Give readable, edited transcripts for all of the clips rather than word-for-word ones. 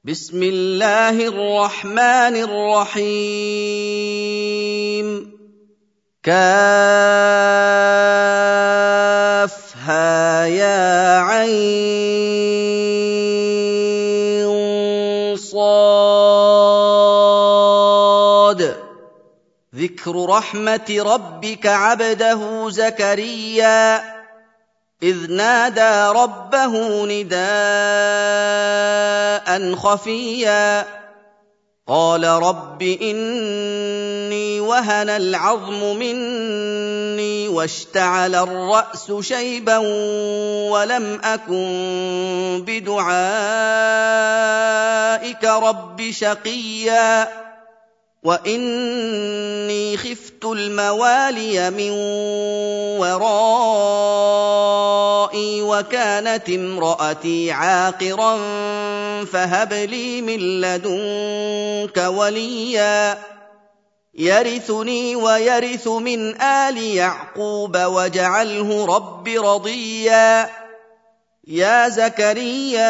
بسم الله الرحمن الرحيم كافها يا عين صاد ذكر رحمة ربك عبده زكريا إذ نادى ربه نداء خفيا قال رب إني وهن العظم مني واشتعل الرأس شيبا ولم أكن بدعائك رب شقيا وإني خفت الموالي من ورائي وكانت امرأتي عاقرا فهب لي من لدنك وليا يرثني ويرث من آل يعقوب واجعله رب رضيا يا زكريا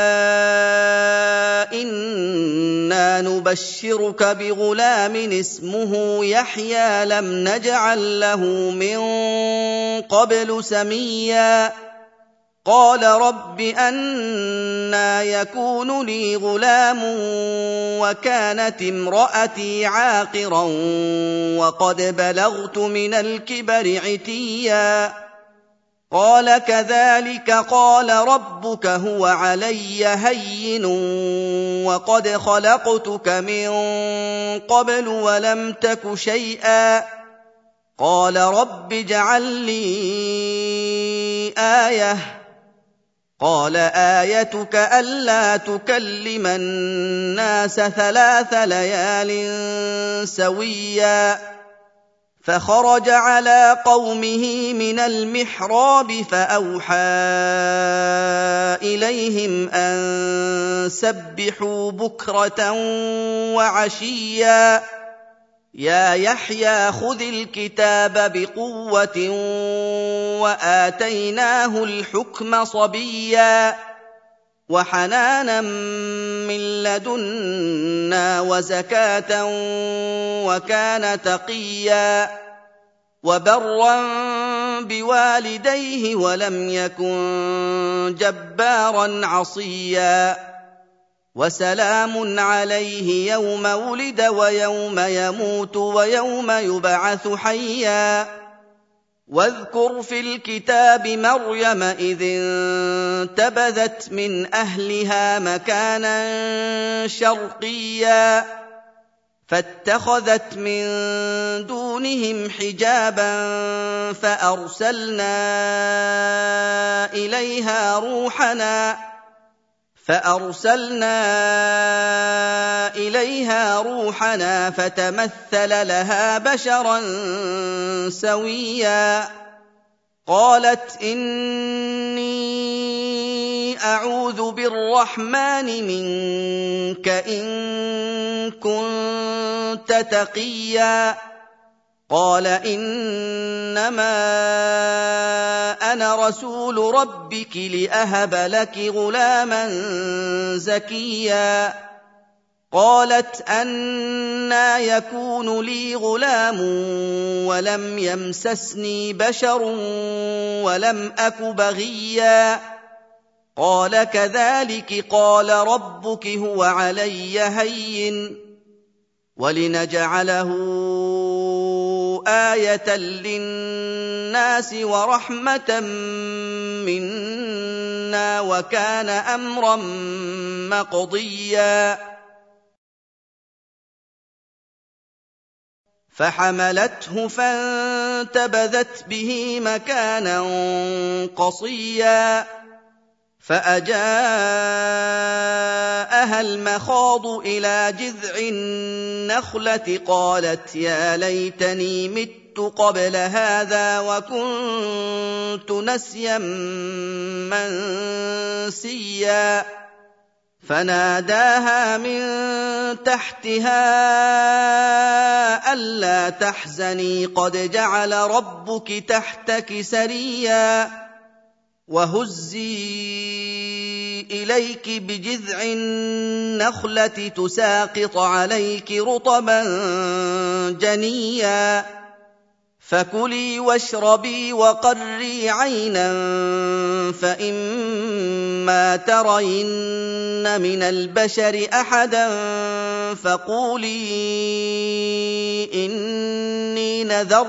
إنا نبشرك بغلام اسمه يحيى لم نجعل له من قبل سميا قال رب أنى يكون لي غلام وكانت امرأتي عاقرا وقد بلغت من الكبر عتيا قال كذلك قال ربك هو علي هين وقد خلقتك من قبل ولم تك شيئا قال رب اجعل لي آية قال آيتك ألا تكلم الناس 3 ليال سويا فخرج على قومه من المحراب فأوحى إليهم أن سبحوا بكرة وعشيا يا يحيى خذ الكتاب بقوة وآتيناه الحكم صبيا وحنانا من لدنا وزكاة وكان تقيا وبرا بوالديه ولم يكن جبارا عصيا وسلام عليه يوم ولد ويوم يموت ويوم يبعث حيا واذكر في الكتاب مريم إذ انتبذت من أهلها مكانا شرقيا فاتخذت من دونهم حجابا فأرسلنا إليها روحنا فتمثل لها بشرا سويا قالت إني أعوذ بالرحمن منك إن كنت تقيا قال إنما أنا رسول ربك لأهب لك غلاما زكيا قالت أنى يكون لي غلام ولم يمسسني بشر ولم أك بغيا قال كذلك قال ربك هو علي هين ولنجعله آية للناس ورحمة منا وكان أمرا مقضيا فحملته فانتبذت به مكانا قصيا فأجاءها المخاض إلى جذع النخلة قالت يا ليتني مت قبل هذا وكنت نسيا منسيا فناداها من تحتها ألا تحزني قد جعل ربك تحتك سريا وهزي إليك بجذع النخلة تساقط عليك رطبا جنيا فكلي واشربي وقري عينا فإما ترين من البشر أحدا فقولي إني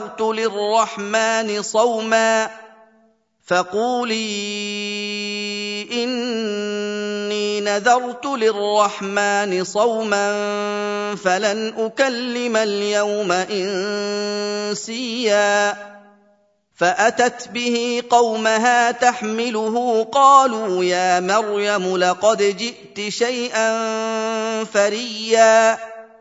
نذرت للرحمن صوما فلن أكلم اليوم إنسيا فأتت به قومها تحمله قالوا يا مريم لقد جئت شيئا فريا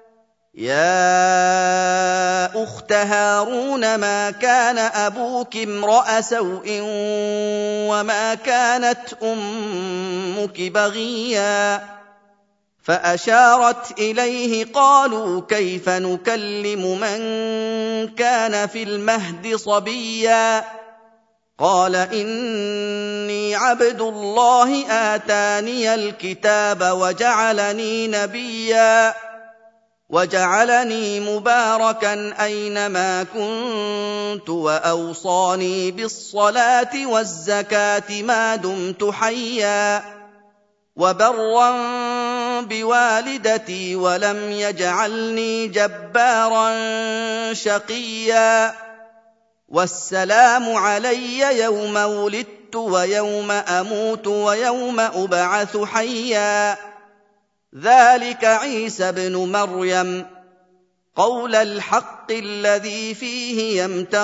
يا أخت هارون ما كان أبوك امرأ سوء وما كانت أمك بغيا فأشارت إليه قالوا كيف نكلم من كان في المهد صبيا قال إني عبد الله آتاني الكتاب وجعلني نبيا وجعلني مباركا أينما كنت وأوصاني بالصلاة والزكاة ما دمت حيا وبرا بوالدتي ولم يجعلني جبارا شقيا والسلام علي يوم ولدت ويوم أموت ويوم أبعث حيا ذلك عيسى ابن مريم قول الحق الذي فيه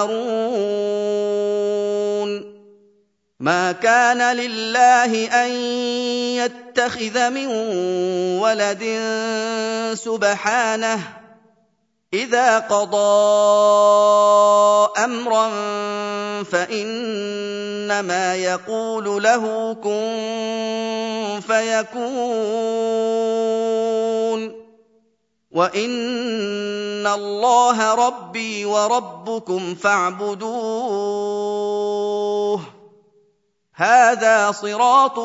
يمترون ما كان لله أن يتخذ من ولد سبحانه إذا قضى أمرا فإنما يقول له كن فيكون وإن الله ربي وربكم فاعبدوه هذا صراط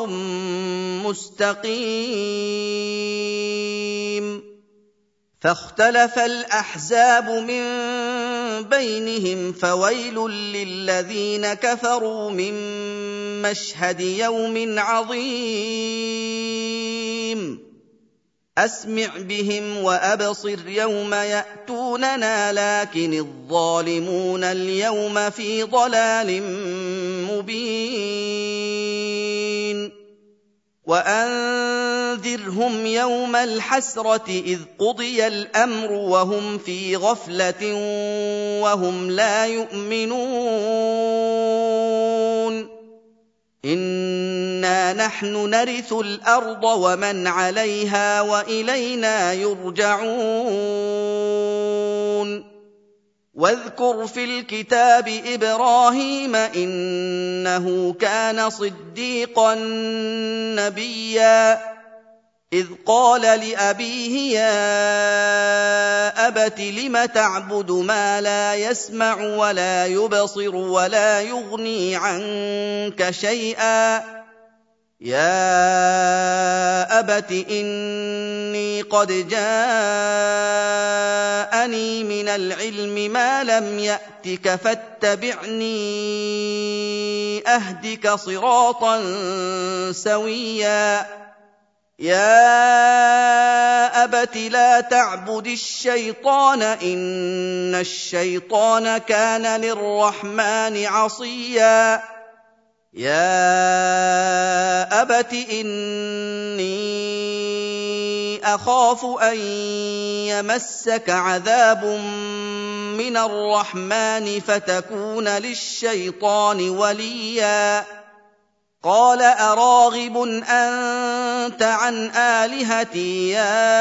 مستقيم فاختلف الأحزاب من بينهم فويل للذين كفروا من مشهد يوم عظيم أسمع بهم وأبصر يوم يأتوننا لكن الظالمون اليوم في ضلال مبين وأنذرهم يوم الحسرة إذ قضي الأمر وهم في غفلة وهم لا يؤمنون إنا نحن نرث الأرض ومن عليها وإلينا يرجعون واذكر في الكتاب إبراهيم إنه كان صديقا نبيا إذ قال لأبيه يا أبت لم تعبد ما لا يسمع ولا يبصر ولا يغني عنك شيئا يا أبت إني قد جاءني من العلم ما لم يأتك فاتبعني أهدك صراطا سويا يا أبت لا تعبد الشيطان إن الشيطان كان للرحمن عصيا يا أبت إني أخاف أن يمسك عذاب من الرحمن فتكون للشيطان وليا قال أراغب أنت عن آلهتي يا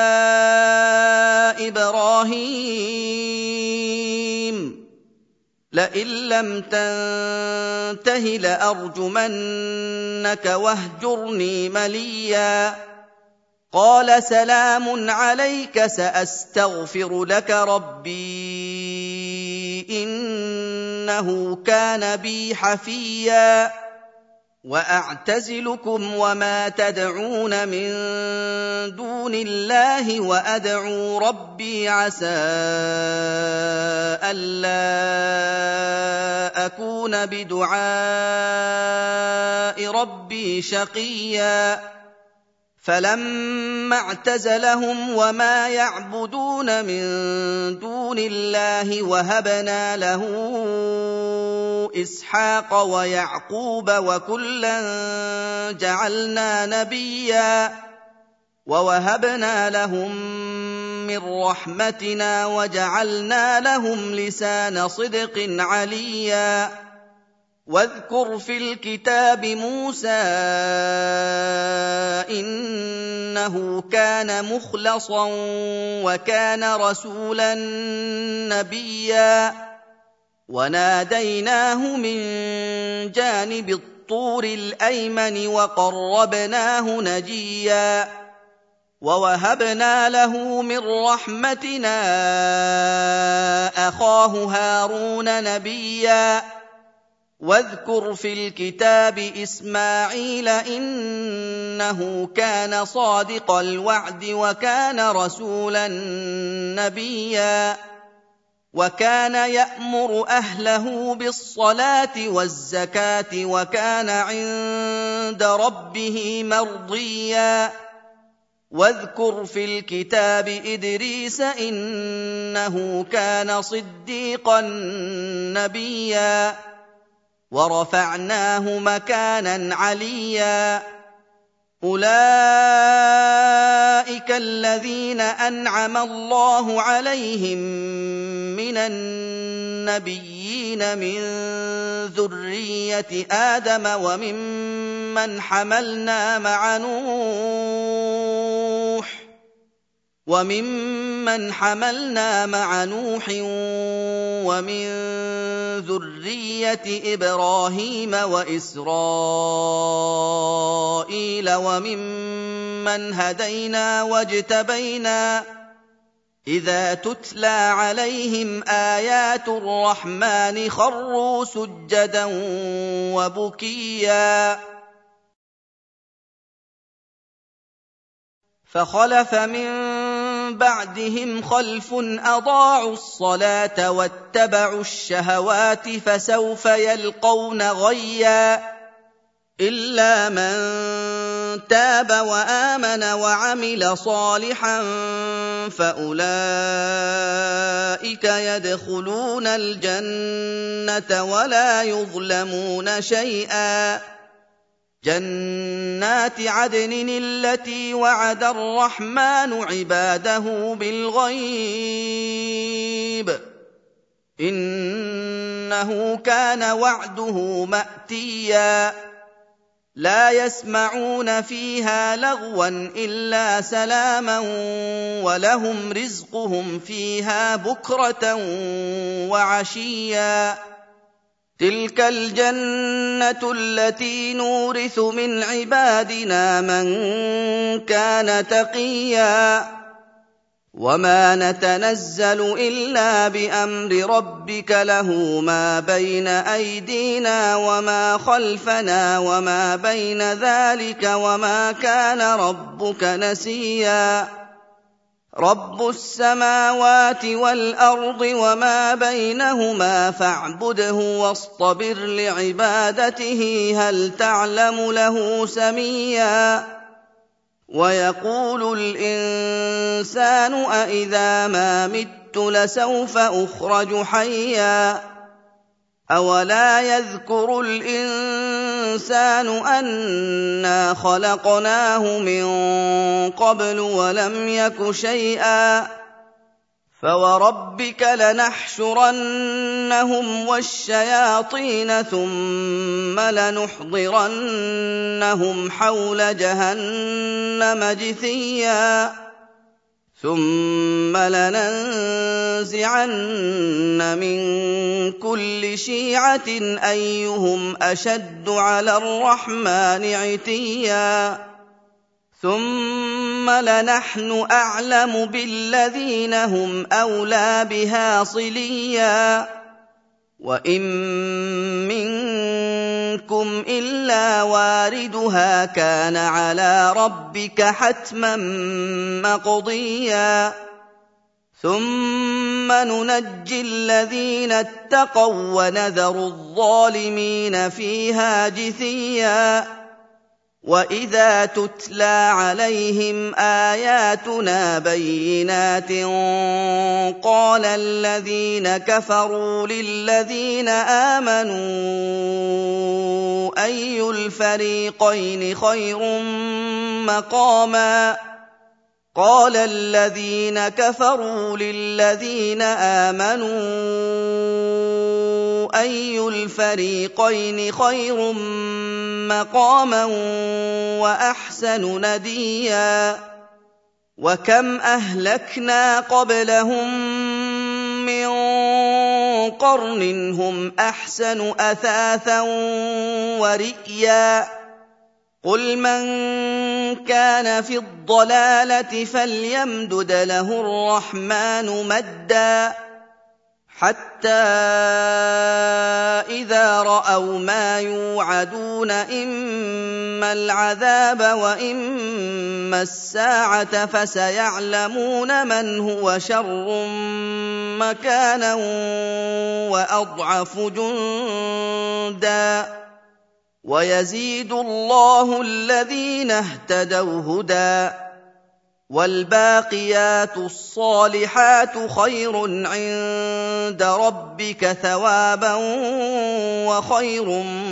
إبراهيم لئن لم تنته لأرجمنك واهجرني مليا قال سلام عليك سأستغفر لك ربي إنه كان بي حفيا وأعتزلكم وما تدعون من دون الله وأدعو ربي عسى ألا أكون بدعاء ربي شقيا فلما اعتزلهم وما يعبدون من دون الله وهبنا له إسحاق ويعقوب وكلا جعلنا نبيا ووهبنا لهم من رحمتنا وجعلنا لهم لسان صدق عليا واذكر في الكتاب موسى إنه كان مخلصا وكان رسولا نبيا وناديناه من جانب الطور الأيمن وقربناه نجيا ووهبنا له من رحمتنا أخاه هارون نبيا واذكر في الكتاب إسماعيل إنه كان صادق الوعد وكان رسولا نبيا وكان يأمر أهله بالصلاة والزكاة وكان عند ربه مرضيا واذكر في الكتاب إدريس إنه كان صديقا نبيا ورفعناه مكانا عليا أولئك الذين أنعم الله عليهم من النبيين من ذرية آدم وممن حملنا مع نوح ومن ذرية إبراهيم وإسرائيل وممن هدينا واجتبينا إذا تتلى عليهم آيات الرحمن خروا سجدا وبكيا فخلف من بعدهم خلف أضاعوا الصلاة واتبعوا الشهوات فسوف يلقون غيا إلا من تاب وآمن وعمل صالحا فأولئك يدخلون الجنة ولا يظلمون شيئا جنات عدن التي وعد الرحمن عباده بالغيب إنه كان وعده مأتيا لا يسمعون فيها لغوا إلا سلاما ولهم رزقهم فيها بكرة وعشيا تلك الجنة التي نورث من عبادنا من كان تقيا وما نتنزل إلا بأمر ربك له ما بين أيدينا وما خلفنا وما بين ذلك وما كان ربك نسيا رب السماوات والأرض وما بينهما فاعبده واصطبر لعبادته هل تعلم له سميا ويقول الإنسان أإذا ما مت لسوف أخرج حيا أولا يذكر الإنسان أنا خلقناه من قبل ولم يك شيئا فوربك لنحشرنهم والشياطين ثم لنحضرنهم حول جهنم جثيا ثم لننزعن من كل شيعة أيهم أشد على الرحمن عتيا ثم لنحن أعلم بالذين هم أولى بها صليا وَإِن مِّنكُمْ إِلَّا وَارِدُهَا كَانَ عَلَىٰ رَبِّكَ حَتْمًا مَّقْضِيًّا ثُمَّ نُنَجِّي الَّذِينَ اتَّقَوا وَّنَذَرُ الظَّالِمِينَ فِيهَا جِثِيًّا وَإِذَا تُتْلَىٰ عَلَيْهِمْ آيَاتُنَا بَيِّنَاتٍ قَالَ الَّذِينَ كَفَرُوا لِلَّذِينَ آمَنُوا أَيُّ الْفَرِيقَيْنِ خَيْرٌ مَّقَامًا قَالَ الَّذِينَ كَفَرُوا لِلَّذِينَ آمَنُوا أَيُّ الْفَرِيقَيْنِ خَيْرٌ مَّقَامًا وَأَحْسَنُ نَدِيًّا وَكَمْ أَهْلَكْنَا قَبْلَهُم مِّن قَرْنٍ هُمْ أَحْسَنُ أَثَاثًا وَرِئْيًا قُلْ مَن كَانَ فِي الضَّلَالَةِ فَلْيَمْدُدْ لَهُ الرَّحْمَٰنُ مَدًّا حَتَّىٰ إِذَا رَأَوْا مَا يُوعَدُونَ إِمَّا الْعَذَابَ وَإِمَّا السَّاعَةَ فَسَيَعْلَمُونَ مَنْ هُوَ شَرٌّ مَّكَانًا وَأَضْعَفُ جُندًا وَيَزِيدُ اللَّهُ الَّذِينَ اهْتَدَوْا هُدًى وَالْبَاقِيَاتُ الصَّالِحَاتُ خَيْرٌ عِندَ رَبِّكَ ثَوَابًا وَخَيْرٌ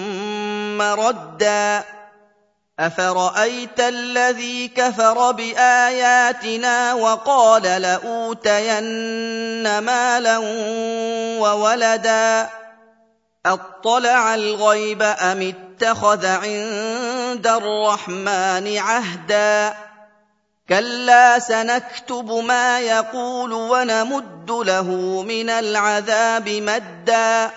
مَّرَدًّا أَفَرَأَيْتَ الَّذِي كَفَرَ بِآيَاتِنَا وَقَالَ لَأُوتَيَنَّ مَالًا وَوَلَدًا أَطَّلَعَ الْغَيْبَ أَمِ اتَّخَذَ عِندَ الرَّحْمَٰنِ عَهْدًا كَلَّا سَنَكْتُبُ مَا يَقُولُ وَنَمُدُّ لَهُ مِنَ الْعَذَابِ مَدًّا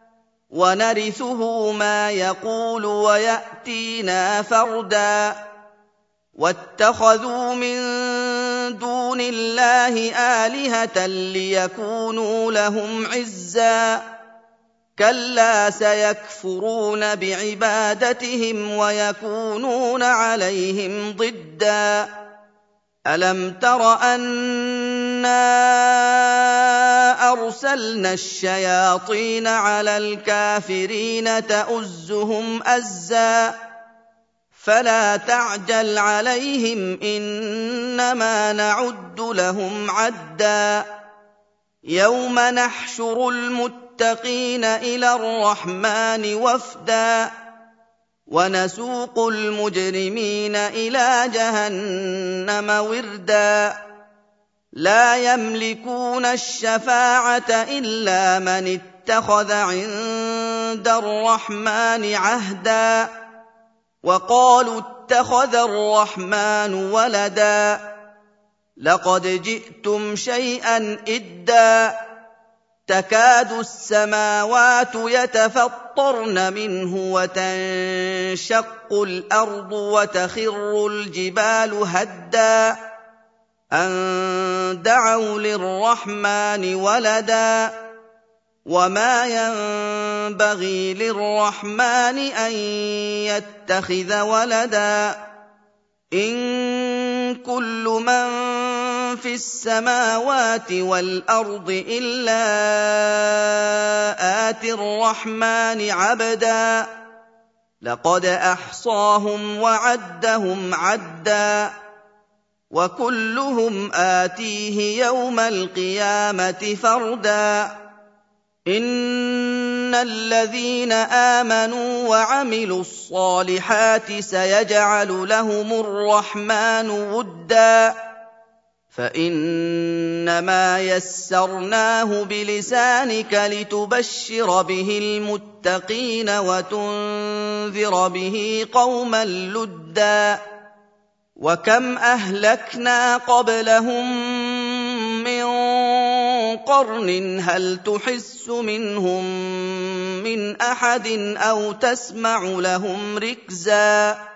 وَنَرِثُهُ مَا يَقُولُ وَيَأْتِينَا فَرْدًا وَاتَّخَذُوا مِن دُونِ اللَّهِ آلِهَةً لِّيَكُونُوا لَهُمْ عِزًّا كَلَّا سَيَكْفُرُونَ بِعِبَادَتِهِمْ وَيَكُونُونَ عَلَيْهِمْ ضِدًّا أَلَمْ تَرَ أَنَّا أَرْسَلْنَا الشَّيَاطِينَ عَلَى الْكَافِرِينَ تَؤُزُّهُمْ أَزًّا فَلَا تَعْجَلْ عَلَيْهِمْ إِنَّمَا نَعُدُّ لَهُمْ عَدًّا يَوْمَ نَحْشُرُ الْمُتَّقِينَ إِلَى الرَّحْمَٰنِ وَفْدًا وَنَسُوقُ الْمُجْرِمِينَ إِلَىٰ جَهَنَّمَ وِرْدًا لَّا يَمْلِكُونَ الشَّفَاعَةَ إِلَّا مَنِ اتَّخَذَ عِندَ الرَّحْمَٰنِ عَهْدًا وَقَالُوا اتَّخَذَ الرَّحْمَٰنُ وَلَدًا لَّقَدْ جِئْتُمْ شَيْئًا إِدًّا تَكَادُ السَّمَاوَاتُ يَتَفَطَّرْنَ مِنْهُ وَتَنشَقُّ الْأَرْضُ وَتَخِرُّ الْجِبَالُ هَدًّا أَن دَعَوْا لِلرَّحْمَٰنِ وَلَدًا وَمَا يَنبَغِي لِلرَّحْمَٰنِ أَن يَتَّخِذَ وَلَدًا إِن كُلُّ مَن فِي السَّمَاوَاتِ وَالْأَرْضِ إِلَّا آتِي الرَّحْمَٰنِ عَبْدًا لَّقَدْ أَحْصَاهُمْ وَعَدَّهُمْ عَدًّا وَكُلُّهُمْ آتِيهِ يَوْمَ الْقِيَامَةِ فَرْدًا إِنَّ الَّذِينَ آمَنُوا وَعَمِلُوا الصَّالِحَاتِ سَيَجْعَلُ لَهُمُ الرَّحْمَٰنُ وُدًّا فَإِنَّمَا يَسَّرْنَاهُ بِلِسَانِكَ لِتُبَشِّرَ بِهِ الْمُتَّقِينَ وَتُنذِرَ بِهِ قَوْمًا لُّدًّا وَكَمْ أَهْلَكْنَا قَبْلَهُم مِّن قَرْنٍ هَلْ تُحِسُّ مِنْهُم مِّنْ أَحَدٍ أَوْ تَسْمَعُ لَهُمْ رِكْزًا